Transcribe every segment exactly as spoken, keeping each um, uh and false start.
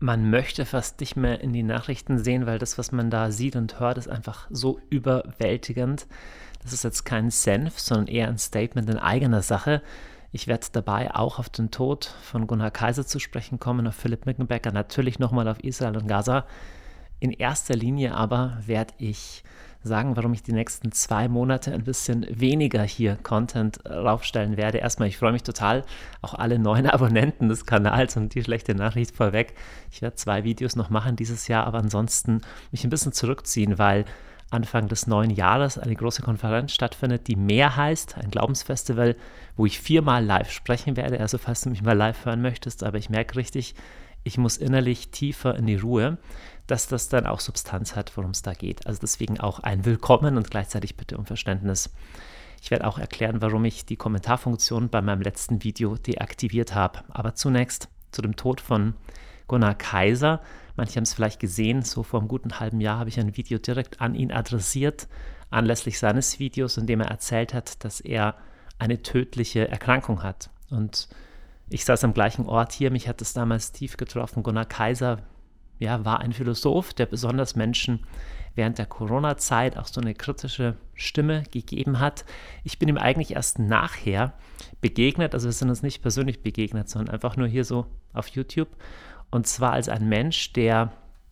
Man möchte fast nicht mehr in die Nachrichten sehen, weil das, was man da sieht und hört, ist einfach so überwältigend. Das ist jetzt kein Senf, sondern eher ein Statement in eigener Sache. Ich werde dabei auch auf den Tod von Gunnar Kaiser zu sprechen kommen, auf Philipp Mickenbecker, natürlich nochmal auf Israel und Gaza. In erster Linie aber werde ich sagen, warum ich die nächsten zwei Monate ein bisschen weniger hier Content raufstellen werde. Erstmal, ich freue mich total, auch alle neuen Abonnenten des Kanals, und die schlechte Nachricht vorweg. Ich werde zwei Videos noch machen dieses Jahr, aber ansonsten mich ein bisschen zurückziehen, weil Anfang des neuen Jahres eine große Konferenz stattfindet, die mehr heißt, ein Glaubensfestival, wo ich viermal live sprechen werde. Also falls du mich mal live hören möchtest, aber ich merke richtig, ich muss innerlich tiefer in die Ruhe, dass das dann auch Substanz hat, worum es da geht. Also deswegen auch ein Willkommen und gleichzeitig bitte um Verständnis. Ich werde auch erklären, warum ich die Kommentarfunktion bei meinem letzten Video deaktiviert habe. Aber zunächst zu dem Tod von Gunnar Kaiser. Manche haben es vielleicht gesehen, so vor einem guten halben Jahr habe ich ein Video direkt an ihn adressiert, anlässlich seines Videos, in dem er erzählt hat, dass er eine tödliche Erkrankung hat. Und ich saß am gleichen Ort hier, mich hat es damals tief getroffen. Gunnar Kaiser, ja, war ein Philosoph, der besonders Menschen während der Corona-Zeit auch so eine kritische Stimme gegeben hat. Ich bin ihm eigentlich erst nachher begegnet, also wir sind uns nicht persönlich begegnet, sondern einfach nur hier so auf YouTube. Und zwar als ein Mensch, der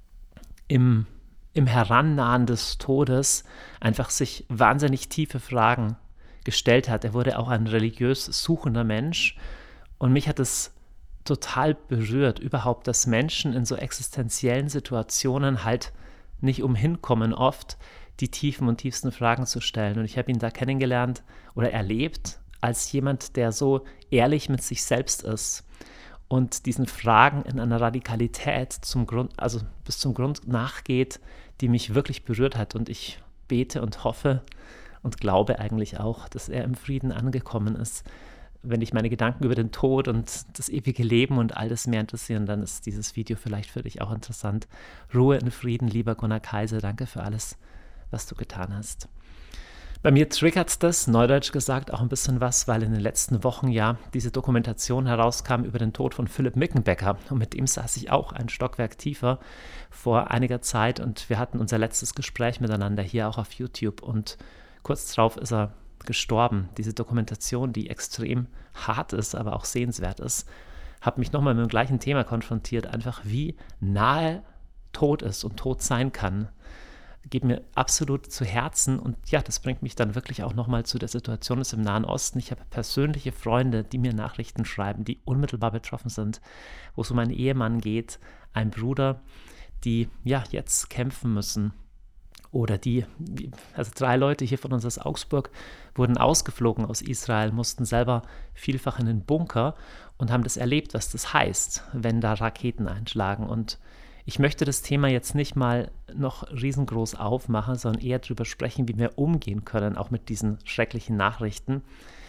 im, im Herannahen des Todes einfach sich wahnsinnig tiefe Fragen gestellt hat. Er wurde auch ein religiös suchender Mensch. Und mich hat es total berührt, überhaupt, dass Menschen in so existenziellen Situationen halt nicht umhin kommen, oft die tiefen und tiefsten Fragen zu stellen. Und ich habe ihn da kennengelernt oder erlebt als jemand, der so ehrlich mit sich selbst ist und diesen Fragen in einer Radikalität zum Grund, also bis zum Grund nachgeht, die mich wirklich berührt hat. Und ich bete und hoffe und glaube eigentlich auch, dass er im Frieden angekommen ist. Wenn dich meine Gedanken über den Tod und das ewige Leben und all das mehr interessieren, dann ist dieses Video vielleicht für dich auch interessant. Ruhe in Frieden, lieber Gunnar Kaiser, danke für alles, was du getan hast. Bei mir triggert das, neudeutsch gesagt, auch ein bisschen was, weil in den letzten Wochen ja diese Dokumentation herauskam über den Tod von Philipp Mickenbecker. Und mit ihm saß ich auch ein Stockwerk tiefer vor einiger Zeit und wir hatten unser letztes Gespräch miteinander hier auch auf YouTube und kurz darauf ist er gestorben. Diese Dokumentation, die extrem hart ist, aber auch sehenswert ist, hat mich nochmal mit dem gleichen Thema konfrontiert, einfach wie nahe Tod ist und Tod sein kann. Geht mir absolut zu Herzen und ja, das bringt mich dann wirklich auch nochmal zu der Situation im Nahen Osten. Ich habe persönliche Freunde, die mir Nachrichten schreiben, die unmittelbar betroffen sind, wo es um einen Ehemann geht, ein Bruder, die ja jetzt kämpfen müssen. Oder die, also drei Leute hier von uns aus Augsburg wurden ausgeflogen aus Israel, mussten selber vielfach in den Bunker und haben das erlebt, was das heißt, wenn da Raketen einschlagen. Und ich möchte das Thema jetzt nicht mal noch riesengroß aufmachen, sondern eher darüber sprechen, wie wir umgehen können, auch mit diesen schrecklichen Nachrichten.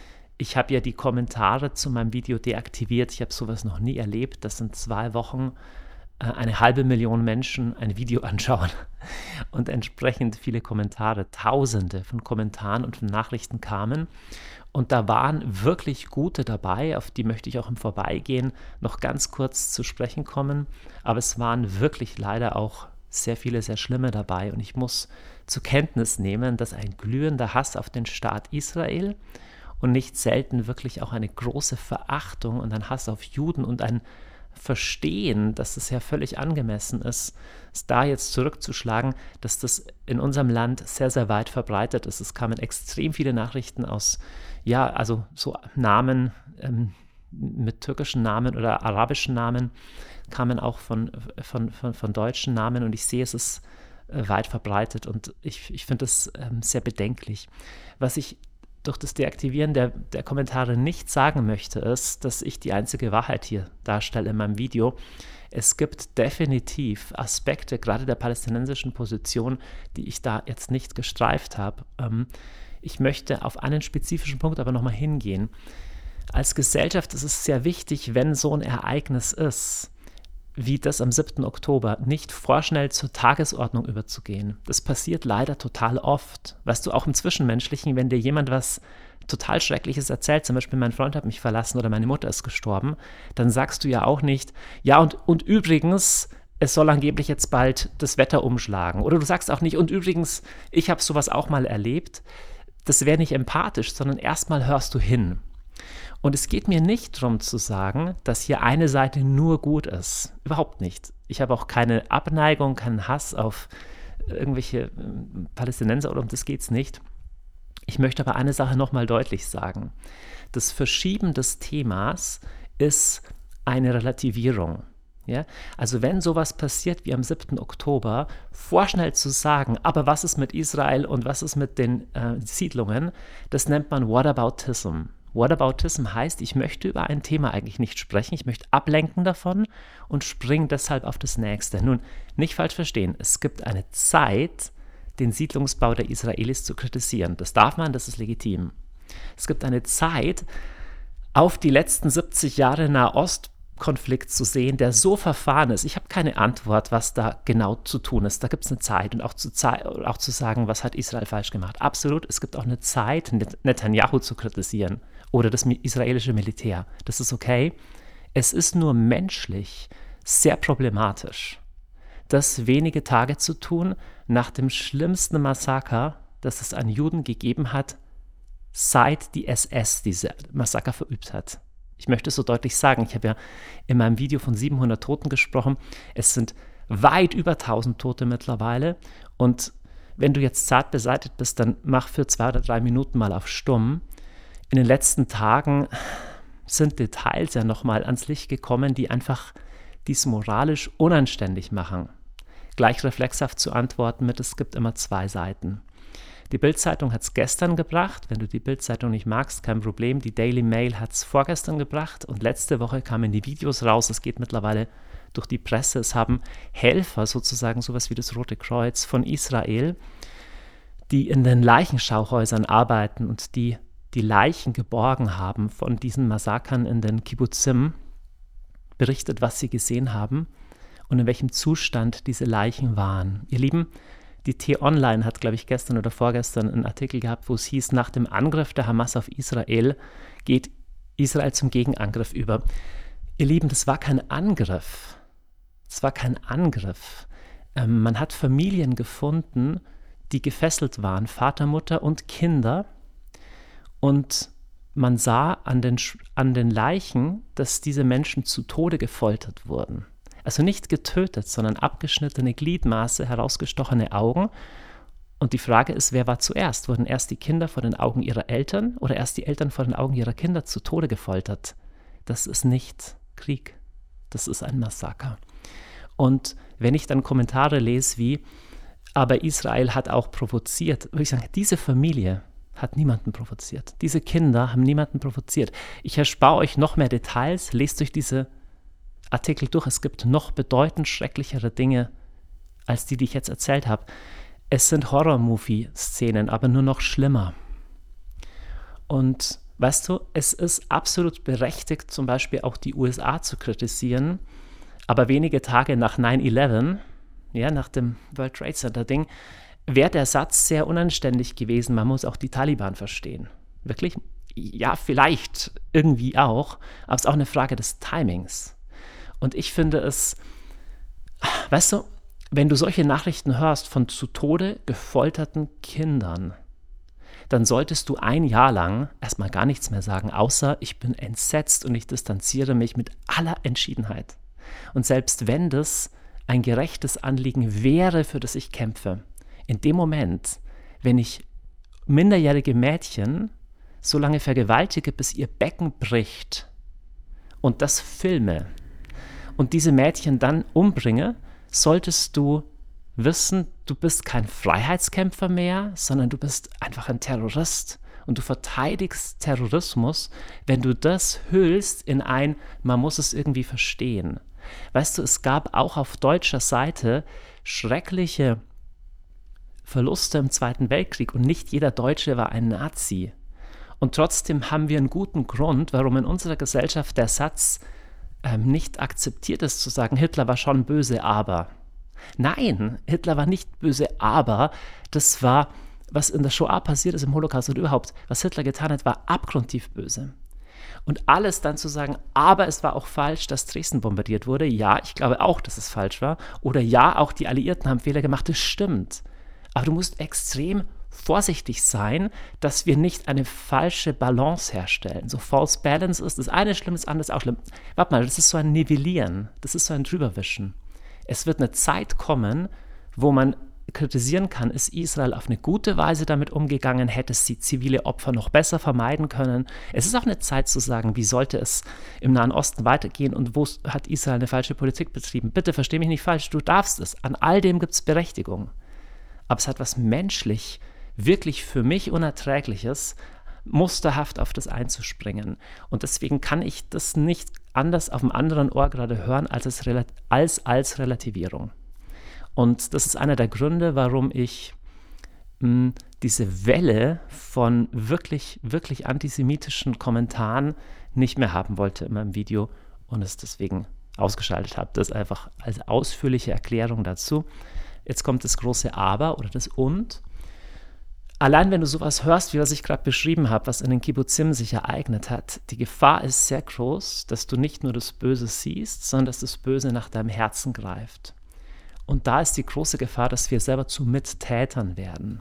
Ich habe ja die Kommentare zu meinem Video deaktiviert. Ich habe sowas noch nie erlebt. Das sind zwei Wochen eine halbe Million Menschen ein Video anschauen und entsprechend viele Kommentare, Tausende von Kommentaren und von Nachrichten kamen. Und da waren wirklich gute dabei, auf die möchte ich auch im Vorbeigehen noch ganz kurz zu sprechen kommen. Aber es waren wirklich leider auch sehr viele, sehr schlimme dabei. Und ich muss zur Kenntnis nehmen, dass ein glühender Hass auf den Staat Israel und nicht selten wirklich auch eine große Verachtung und ein Hass auf Juden und ein Verstehen, dass es ja völlig angemessen ist, es da jetzt zurückzuschlagen, dass das in unserem Land sehr, sehr weit verbreitet ist. Es kamen extrem viele Nachrichten aus, ja, also so Namen ähm, mit türkischen Namen oder arabischen Namen, kamen auch von, von, von, von deutschen Namen und ich sehe, es ist äh, weit verbreitet und ich, ich finde es ähm, sehr bedenklich. Was ich durch das Deaktivieren der, der Kommentare nicht sagen möchte, ist, dass ich die einzige Wahrheit hier darstelle in meinem Video. Es gibt definitiv Aspekte, gerade der palästinensischen Position, die ich da jetzt nicht gestreift habe. Ähm, ich möchte auf einen spezifischen Punkt aber nochmal hingehen. Als Gesellschaft ist es sehr wichtig, wenn so ein Ereignis ist, wie das am siebten Oktober, nicht vorschnell zur Tagesordnung überzugehen. Das passiert leider total oft. Weißt du, auch im Zwischenmenschlichen, wenn dir jemand was total Schreckliches erzählt, zum Beispiel mein Freund hat mich verlassen oder meine Mutter ist gestorben, dann sagst du ja auch nicht, ja und, und übrigens, es soll angeblich jetzt bald das Wetter umschlagen. Oder du sagst auch nicht, und übrigens, ich habe sowas auch mal erlebt. Das wäre nicht empathisch, sondern erstmal hörst du hin. Und es geht mir nicht darum zu sagen, dass hier eine Seite nur gut ist. Überhaupt nicht. Ich habe auch keine Abneigung, keinen Hass auf irgendwelche äh, Palästinenser, oder um das geht es nicht. Ich möchte aber eine Sache nochmal deutlich sagen. Das Verschieben des Themas ist eine Relativierung. Ja? Also wenn sowas passiert wie am siebten Oktober, vorschnell zu sagen, aber was ist mit Israel und was ist mit den äh, Siedlungen, das nennt man Whataboutism. Whataboutism heißt, ich möchte über ein Thema eigentlich nicht sprechen, ich möchte ablenken davon und springe deshalb auf das nächste. Nun, nicht falsch verstehen, es gibt eine Zeit, den Siedlungsbau der Israelis zu kritisieren. Das darf man, das ist legitim. Es gibt eine Zeit, auf die letzten siebzig Jahre Nahostkonflikt zu sehen, der so verfahren ist. Ich habe keine Antwort, was da genau zu tun ist. Da gibt es eine Zeit und auch zu, auch zu sagen, was hat Israel falsch gemacht. Absolut, es gibt auch eine Zeit, Netanyahu zu kritisieren oder das israelische Militär. Das ist okay. Es ist nur menschlich sehr problematisch, das wenige Tage zu tun nach dem schlimmsten Massaker, das es an Juden gegeben hat, seit die S S diese Massaker verübt hat. Ich möchte es so deutlich sagen, ich habe ja in meinem Video von siebenhundert Toten gesprochen. Es sind weit über tausend Tote mittlerweile. Und wenn du jetzt zart beseitigt bist, dann mach für zwei oder drei Minuten mal auf Stumm. In den letzten Tagen sind Details ja nochmal ans Licht gekommen, die einfach dies moralisch unanständig machen. Gleich reflexhaft zu antworten mit, es gibt immer zwei Seiten. Die Bild-Zeitung hat es gestern gebracht. Wenn du die Bild-Zeitung nicht magst, kein Problem. Die Daily Mail hat es vorgestern gebracht und letzte Woche kamen die Videos raus. Es geht mittlerweile durch die Presse. Es haben Helfer, sozusagen sowas wie das Rote Kreuz von Israel, die in den Leichenschauhäusern arbeiten und die die Leichen geborgen haben von diesen Massakern in den Kibbutzim, berichtet, was sie gesehen haben und in welchem Zustand diese Leichen waren. Ihr Lieben, die T-Online hat, glaube ich, gestern oder vorgestern einen Artikel gehabt, wo es hieß, nach dem Angriff der Hamas auf Israel geht Israel zum Gegenangriff über. Ihr Lieben, das war kein Angriff. Das war kein Angriff. Ähm, man hat Familien gefunden, die gefesselt waren, Vater, Mutter und Kinder. Und man sah an den, an den Leichen, dass diese Menschen zu Tode gefoltert wurden. Also nicht getötet, sondern abgeschnittene Gliedmaße, herausgestochene Augen. Und die Frage ist, wer war zuerst? Wurden erst die Kinder vor den Augen ihrer Eltern oder erst die Eltern vor den Augen ihrer Kinder zu Tode gefoltert? Das ist nicht Krieg. Das ist ein Massaker. Und wenn ich dann Kommentare lese wie, aber Israel hat auch provoziert, würde ich sagen, diese Familie hat niemanden provoziert. Diese Kinder haben niemanden provoziert. Ich erspare euch noch mehr Details, lest euch diese Artikel durch. Es gibt noch bedeutend schrecklichere Dinge als die, die ich jetzt erzählt habe. Es sind Horror-Movie-Szenen, aber nur noch schlimmer. Und weißt du, es ist absolut berechtigt, zum Beispiel auch die U S A zu kritisieren, aber wenige Tage nach neun elf, ja, nach dem World Trade Center-Ding, wäre der Satz sehr unanständig gewesen, man muss auch die Taliban verstehen. Wirklich? Ja, vielleicht irgendwie auch, aber es ist auch eine Frage des Timings. Und ich finde es, weißt du, wenn du solche Nachrichten hörst von zu Tode gefolterten Kindern, dann solltest du ein Jahr lang erstmal gar nichts mehr sagen, außer ich bin entsetzt und ich distanziere mich mit aller Entschiedenheit. Und selbst wenn das ein gerechtes Anliegen wäre, für das ich kämpfe, in dem Moment, wenn ich minderjährige Mädchen so lange vergewaltige, bis ihr Becken bricht und das filme und diese Mädchen dann umbringe, solltest du wissen, du bist kein Freiheitskämpfer mehr, sondern du bist einfach ein Terrorist und du verteidigst Terrorismus, wenn du das hüllst in ein, man muss es irgendwie verstehen. Weißt du, es gab auch auf deutscher Seite schreckliche Verluste im Zweiten Weltkrieg und nicht jeder Deutsche war ein Nazi. Und trotzdem haben wir einen guten Grund, warum in unserer Gesellschaft der Satz ähm, nicht akzeptiert ist, zu sagen, Hitler war schon böse, aber. Nein, Hitler war nicht böse, aber das war was in der Shoah passiert ist, im Holocaust und überhaupt, was Hitler getan hat, war abgrundtief böse. Und alles dann zu sagen, aber es war auch falsch, dass Dresden bombardiert wurde. Ja, ich glaube auch, dass es falsch war. Oder ja, auch die Alliierten haben Fehler gemacht. Das stimmt. Aber du musst extrem vorsichtig sein, dass wir nicht eine falsche Balance herstellen. So false balance ist, das eine schlimm, das andere auch schlimm. Warte mal, das ist so ein Nivellieren. Das ist so ein Drüberwischen. Es wird eine Zeit kommen, wo man kritisieren kann, ist Israel auf eine gute Weise damit umgegangen, hätte es die zivile Opfer noch besser vermeiden können. Es ist auch eine Zeit zu sagen, wie sollte es im Nahen Osten weitergehen und wo hat Israel eine falsche Politik betrieben. Bitte versteh mich nicht falsch, du darfst es. An all dem gibt es Berechtigung. Aber es hat was menschlich, wirklich für mich Unerträgliches, musterhaft auf das einzuspringen. Und deswegen kann ich das nicht anders auf dem anderen Ohr gerade hören, als als, als, als Relativierung. Und das ist einer der Gründe, warum ich mh, diese Welle von wirklich, wirklich antisemitischen Kommentaren nicht mehr haben wollte in meinem Video und es deswegen ausgeschaltet habe. Das einfach als ausführliche Erklärung dazu. Jetzt kommt das große Aber oder das Und. Allein wenn du sowas hörst, wie was ich gerade beschrieben habe, was in den Kibbutzim sich ereignet hat, die Gefahr ist sehr groß, dass du nicht nur das Böse siehst, sondern dass das Böse nach deinem Herzen greift. Und da ist die große Gefahr, dass wir selber zu Mittätern werden.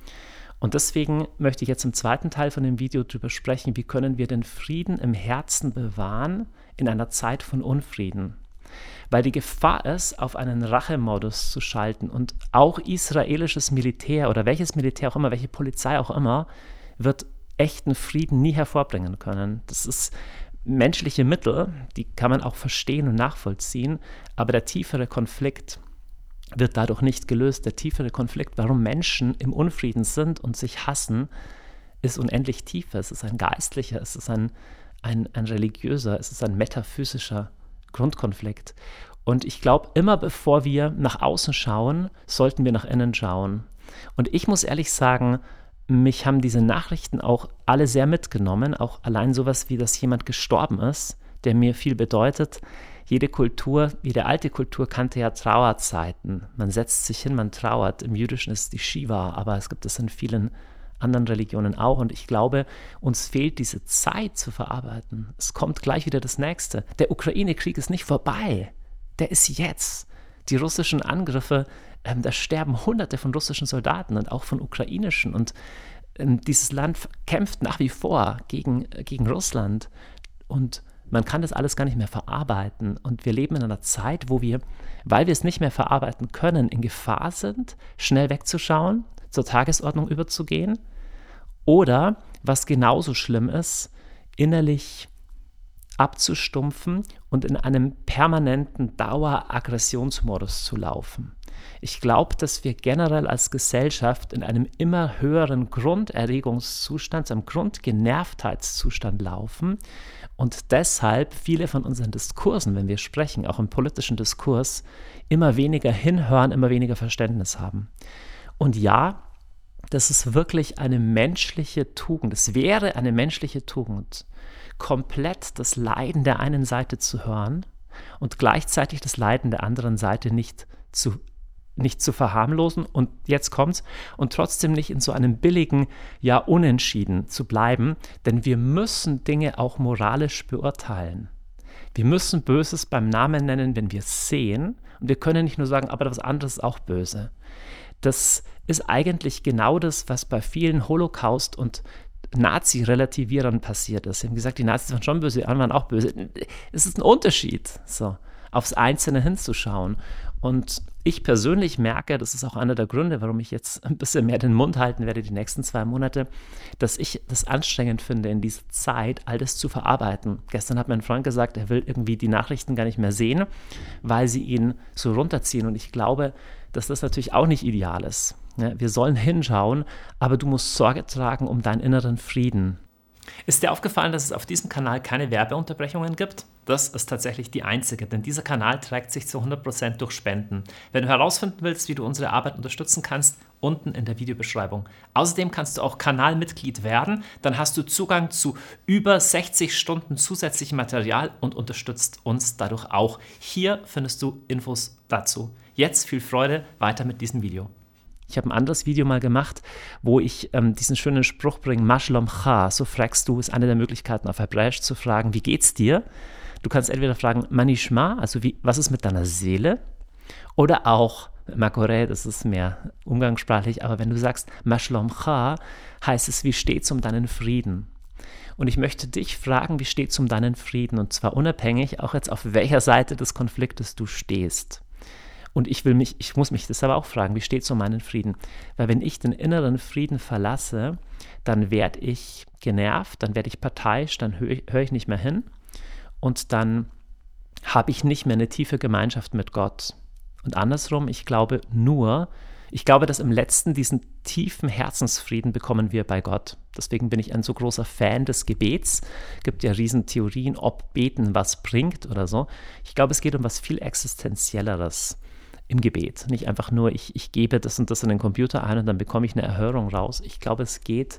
Und deswegen möchte ich jetzt im zweiten Teil von dem Video darüber sprechen, wie können wir den Frieden im Herzen bewahren in einer Zeit von Unfrieden. Weil die Gefahr ist, auf einen Rachemodus zu schalten und auch israelisches Militär oder welches Militär auch immer, welche Polizei auch immer, wird echten Frieden nie hervorbringen können. Das ist menschliche Mittel, die kann man auch verstehen und nachvollziehen, aber der tiefere Konflikt wird dadurch nicht gelöst. Der tiefere Konflikt, warum Menschen im Unfrieden sind und sich hassen, ist unendlich tiefer. Es ist ein geistlicher, es ist ein, ein, ein religiöser, es ist ein metaphysischer Grundkonflikt. Und ich glaube, immer bevor wir nach außen schauen, sollten wir nach innen schauen. Und ich muss ehrlich sagen, mich haben diese Nachrichten auch alle sehr mitgenommen, auch allein sowas wie, dass jemand gestorben ist, der mir viel bedeutet. Jede Kultur, jede alte Kultur kannte ja Trauerzeiten. Man setzt sich hin, man trauert. Im Jüdischen ist es die Shiva, aber es gibt es in vielen anderen Religionen auch. Und ich glaube, uns fehlt diese Zeit zu verarbeiten. Es kommt gleich wieder das Nächste. Der Ukraine-Krieg ist nicht vorbei. Der ist jetzt. Die russischen Angriffe, ähm, da sterben Hunderte von russischen Soldaten und auch von ukrainischen. Und ähm, dieses Land kämpft nach wie vor gegen, äh, gegen Russland. Und man kann das alles gar nicht mehr verarbeiten. Und wir leben in einer Zeit, wo wir, weil wir es nicht mehr verarbeiten können, in Gefahr sind, schnell wegzuschauen, zur Tagesordnung überzugehen. Oder, was genauso schlimm ist, innerlich abzustumpfen und in einem permanenten Daueraggressionsmodus zu laufen. Ich glaube, dass wir generell als Gesellschaft in einem immer höheren Grunderregungszustand, einem Grundgenervtheitszustand laufen und deshalb viele von unseren Diskursen, wenn wir sprechen, auch im politischen Diskurs, immer weniger hinhören, immer weniger Verständnis haben. Und ja, das ist wirklich eine menschliche Tugend. Es wäre eine menschliche Tugend, komplett das Leiden der einen Seite zu hören und gleichzeitig das Leiden der anderen Seite nicht zu, nicht zu verharmlosen und jetzt kommt's und trotzdem nicht in so einem billigen, ja unentschieden zu bleiben, denn wir müssen Dinge auch moralisch beurteilen. Wir müssen Böses beim Namen nennen, wenn wir es sehen und wir können nicht nur sagen, aber das andere ist auch böse. Das ist eigentlich genau das, was bei vielen Holocaust- und Nazi-Relativierern passiert ist. Sie haben gesagt, die Nazis waren schon böse, die anderen waren auch böse. Es ist ein Unterschied, so, aufs Einzelne hinzuschauen. Und ich persönlich merke, das ist auch einer der Gründe, warum ich jetzt ein bisschen mehr den Mund halten werde die nächsten zwei Monate, dass ich das anstrengend finde, in dieser Zeit all das zu verarbeiten. Gestern hat mein Freund gesagt, er will irgendwie die Nachrichten gar nicht mehr sehen, weil sie ihn so runterziehen. Und ich glaube, dass das natürlich auch nicht ideal ist. Wir sollen hinschauen, aber du musst Sorge tragen um deinen inneren Frieden. Ist dir aufgefallen, dass es auf diesem Kanal keine Werbeunterbrechungen gibt? Das ist tatsächlich die einzige, denn dieser Kanal trägt sich zu hundert Prozent durch Spenden. Wenn du herausfinden willst, wie du unsere Arbeit unterstützen kannst, unten in der Videobeschreibung. Außerdem kannst du auch Kanalmitglied werden, dann hast du Zugang zu über sechzig Stunden zusätzlichem Material und unterstützt uns dadurch auch. Hier findest du Infos dazu. Jetzt viel Freude weiter mit diesem Video. Ich habe ein anderes Video mal gemacht, wo ich ähm, diesen schönen Spruch bringe, Ma shlomcha, so fragst du, ist eine der Möglichkeiten auf Hebräisch zu fragen, wie geht's dir? Du kannst entweder fragen, Ma nishma, also wie, was ist mit deiner Seele? Oder auch, Makore, das ist mehr umgangssprachlich, aber wenn du sagst, Ma shlomcha, heißt es, wie steht's um deinen Frieden? Und ich möchte dich fragen, wie steht's um deinen Frieden? Und zwar unabhängig, auch jetzt auf welcher Seite des Konfliktes du stehst. Und ich will mich, ich muss mich das aber auch fragen, wie steht es um meinen Frieden? Weil wenn ich den inneren Frieden verlasse, dann werde ich genervt, dann werde ich parteiisch, dann höre hör ich nicht mehr hin und dann habe ich nicht mehr eine tiefe Gemeinschaft mit Gott. Und andersrum, ich glaube nur, ich glaube, dass im Letzten diesen tiefen Herzensfrieden bekommen wir bei Gott. Deswegen bin ich ein so großer Fan des Gebets. Es gibt ja Riesentheorien, ob Beten was bringt oder so. Ich glaube, es geht um was viel Existenzielleres im Gebet. Nicht einfach nur, ich, ich gebe das und das in den Computer ein und dann bekomme ich eine Erhörung raus. Ich glaube, es geht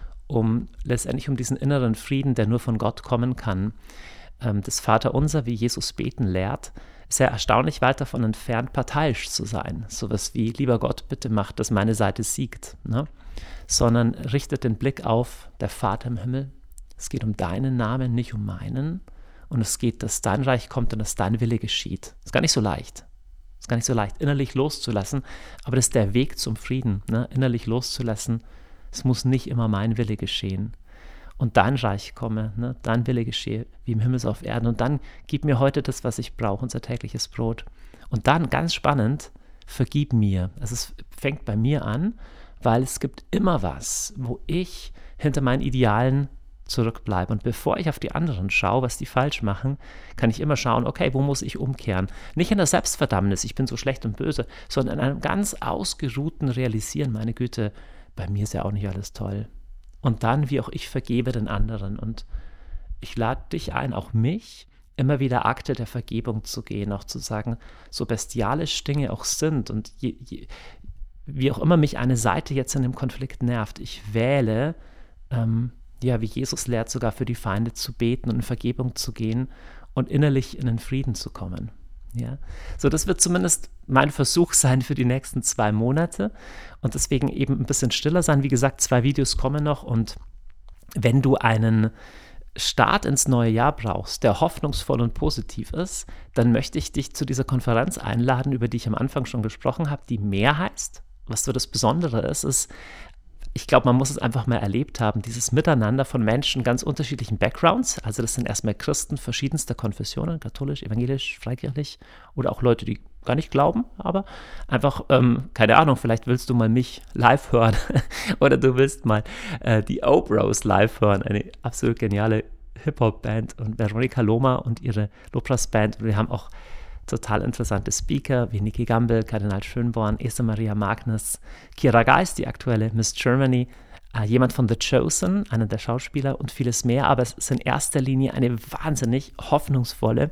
um letztendlich um diesen inneren Frieden, der nur von Gott kommen kann. Ähm, das Vaterunser, wie Jesus beten lehrt, ist ja erstaunlich weit davon entfernt, parteiisch zu sein. Sowas wie, lieber Gott, bitte mach, dass meine Seite siegt. Ne? Sondern richtet den Blick auf der Vater im Himmel. Es geht um deinen Namen, nicht um meinen. Und es geht, dass dein Reich kommt und dass dein Wille geschieht. Ist gar nicht so leicht. Ist gar nicht so leicht, innerlich loszulassen, aber das ist der Weg zum Frieden, ne? Innerlich loszulassen. Es muss nicht immer mein Wille geschehen. Und dein Reich komme, ne? Dein Wille geschehe, wie im Himmel so auf Erden. Und dann gib mir heute das, was ich brauche, unser tägliches Brot. Und dann, ganz spannend, vergib mir. Also es fängt bei mir an, weil es gibt immer was, wo ich hinter meinen Idealen zurückbleibe. Und bevor ich auf die anderen schaue, was die falsch machen, kann ich immer schauen, okay, wo muss ich umkehren? Nicht in der Selbstverdammnis, ich bin so schlecht und böse, sondern in einem ganz ausgeruhten Realisieren, meine Güte, bei mir ist ja auch nicht alles toll. Und dann, wie auch ich vergebe den anderen. Und ich lade dich ein, auch mich, immer wieder Akte der Vergebung zu gehen, auch zu sagen, so bestialisch Dinge auch sind und je, je, wie auch immer mich eine Seite jetzt in dem Konflikt nervt, ich wähle, ähm, ja, wie Jesus lehrt, sogar für die Feinde zu beten und in Vergebung zu gehen und innerlich in den Frieden zu kommen. Ja? So, das wird zumindest mein Versuch sein für die nächsten zwei Monate und deswegen eben ein bisschen stiller sein. Wie gesagt, zwei Videos kommen noch und wenn du einen Start ins neue Jahr brauchst, der hoffnungsvoll und positiv ist, dann möchte ich dich zu dieser Konferenz einladen, über die ich am Anfang schon gesprochen habe, die mehr heißt. Was so das Besondere ist, ist, ich glaube, man muss es einfach mal erlebt haben, dieses Miteinander von Menschen ganz unterschiedlichen Backgrounds. Also das sind erstmal Christen verschiedenster Konfessionen, katholisch, evangelisch, freikirchlich oder auch Leute, die gar nicht glauben, aber einfach, ähm, keine Ahnung, vielleicht willst du mal mich live hören oder du willst mal äh, die Obros live hören, eine absolut geniale Hip-Hop-Band und Veronika Loma und ihre Lobpreisband. Wir haben auch total interessante Speaker wie Niki Gamble, Kardinal Schönborn, Esther Maria Magnus, Kira Geist, die aktuelle Miss Germany, äh, jemand von The Chosen, einer der Schauspieler und vieles mehr. Aber es ist in erster Linie eine wahnsinnig hoffnungsvolle,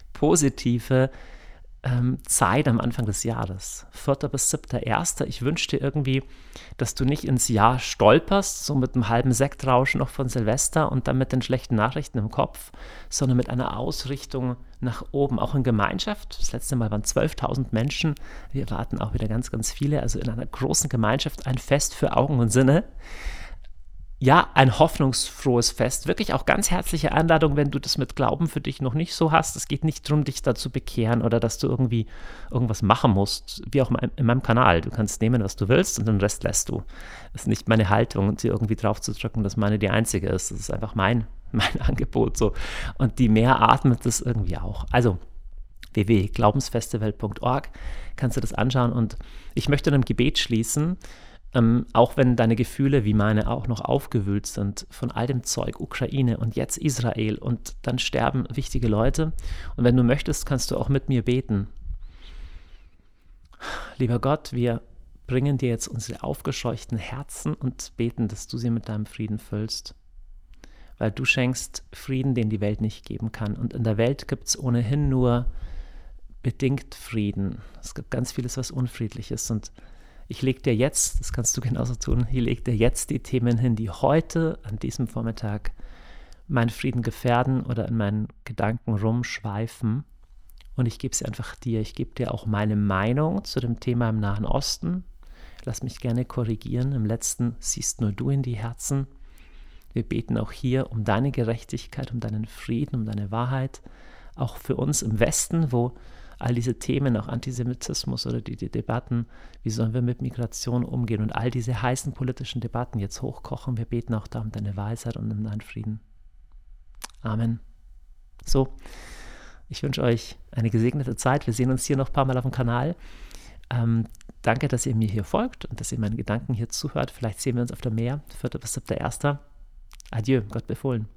positive ähm, Zeit am Anfang des Jahres. vierter bis siebter erster Ich wünsche dir irgendwie, dass du nicht ins Jahr stolperst, so mit einem halben Sektrauschen noch von Silvester und dann mit den schlechten Nachrichten im Kopf, sondern mit einer Ausrichtung nach oben, auch in Gemeinschaft. Das letzte Mal waren zwölftausend Menschen. Wir erwarten auch wieder ganz, ganz viele. Also in einer großen Gemeinschaft ein Fest für Augen und Sinne. Ja, ein hoffnungsfrohes Fest. Wirklich auch ganz herzliche Einladung, wenn du das mit Glauben für dich noch nicht so hast. Es geht nicht darum, dich da zu bekehren oder dass du irgendwie irgendwas machen musst, wie auch in meinem Kanal. Du kannst nehmen, was du willst und den Rest lässt du. Das ist nicht meine Haltung, dir irgendwie drauf zu drücken, dass meine die einzige ist. Das ist einfach mein, mein Angebot so. Und die Mehr atmet das irgendwie auch. Also w w w punkt glaubensfestival punkt org kannst du das anschauen und ich möchte in einem Gebet schließen. Ähm, auch wenn deine Gefühle wie meine auch noch aufgewühlt sind von all dem Zeug, Ukraine und jetzt Israel und dann sterben wichtige Leute. Und wenn du möchtest, kannst du auch mit mir beten. Lieber Gott, wir bringen dir jetzt unsere aufgescheuchten Herzen und beten, dass du sie mit deinem Frieden füllst. Weil du schenkst Frieden, den die Welt nicht geben kann. Und in der Welt gibt es ohnehin nur bedingt Frieden. Es gibt ganz vieles, was unfriedlich ist und ich lege dir jetzt, das kannst du genauso tun, ich lege dir jetzt die Themen hin, die heute, an diesem Vormittag, meinen Frieden gefährden oder in meinen Gedanken rumschweifen. Und ich gebe sie einfach dir. Ich gebe dir auch meine Meinung zu dem Thema im Nahen Osten. lass mich gerne korrigieren. Im letzten siehst nur du in die Herzen. Wir beten auch hier um deine Gerechtigkeit, um deinen Frieden, um deine Wahrheit. Auch für uns im Westen, wo all diese Themen, auch Antisemitismus oder die, die Debatten, wie sollen wir mit Migration umgehen und all diese heißen politischen Debatten jetzt hochkochen. Wir beten auch da um deine Weisheit und um deinen Frieden. Amen. So, ich wünsche euch eine gesegnete Zeit. Wir sehen uns hier noch ein paar Mal auf dem Kanal. Ähm, danke, dass ihr mir hier folgt und dass ihr meinen Gedanken hier zuhört. Vielleicht sehen wir uns öfter mehr. vierter bis siebter erster Adieu, Gott befohlen.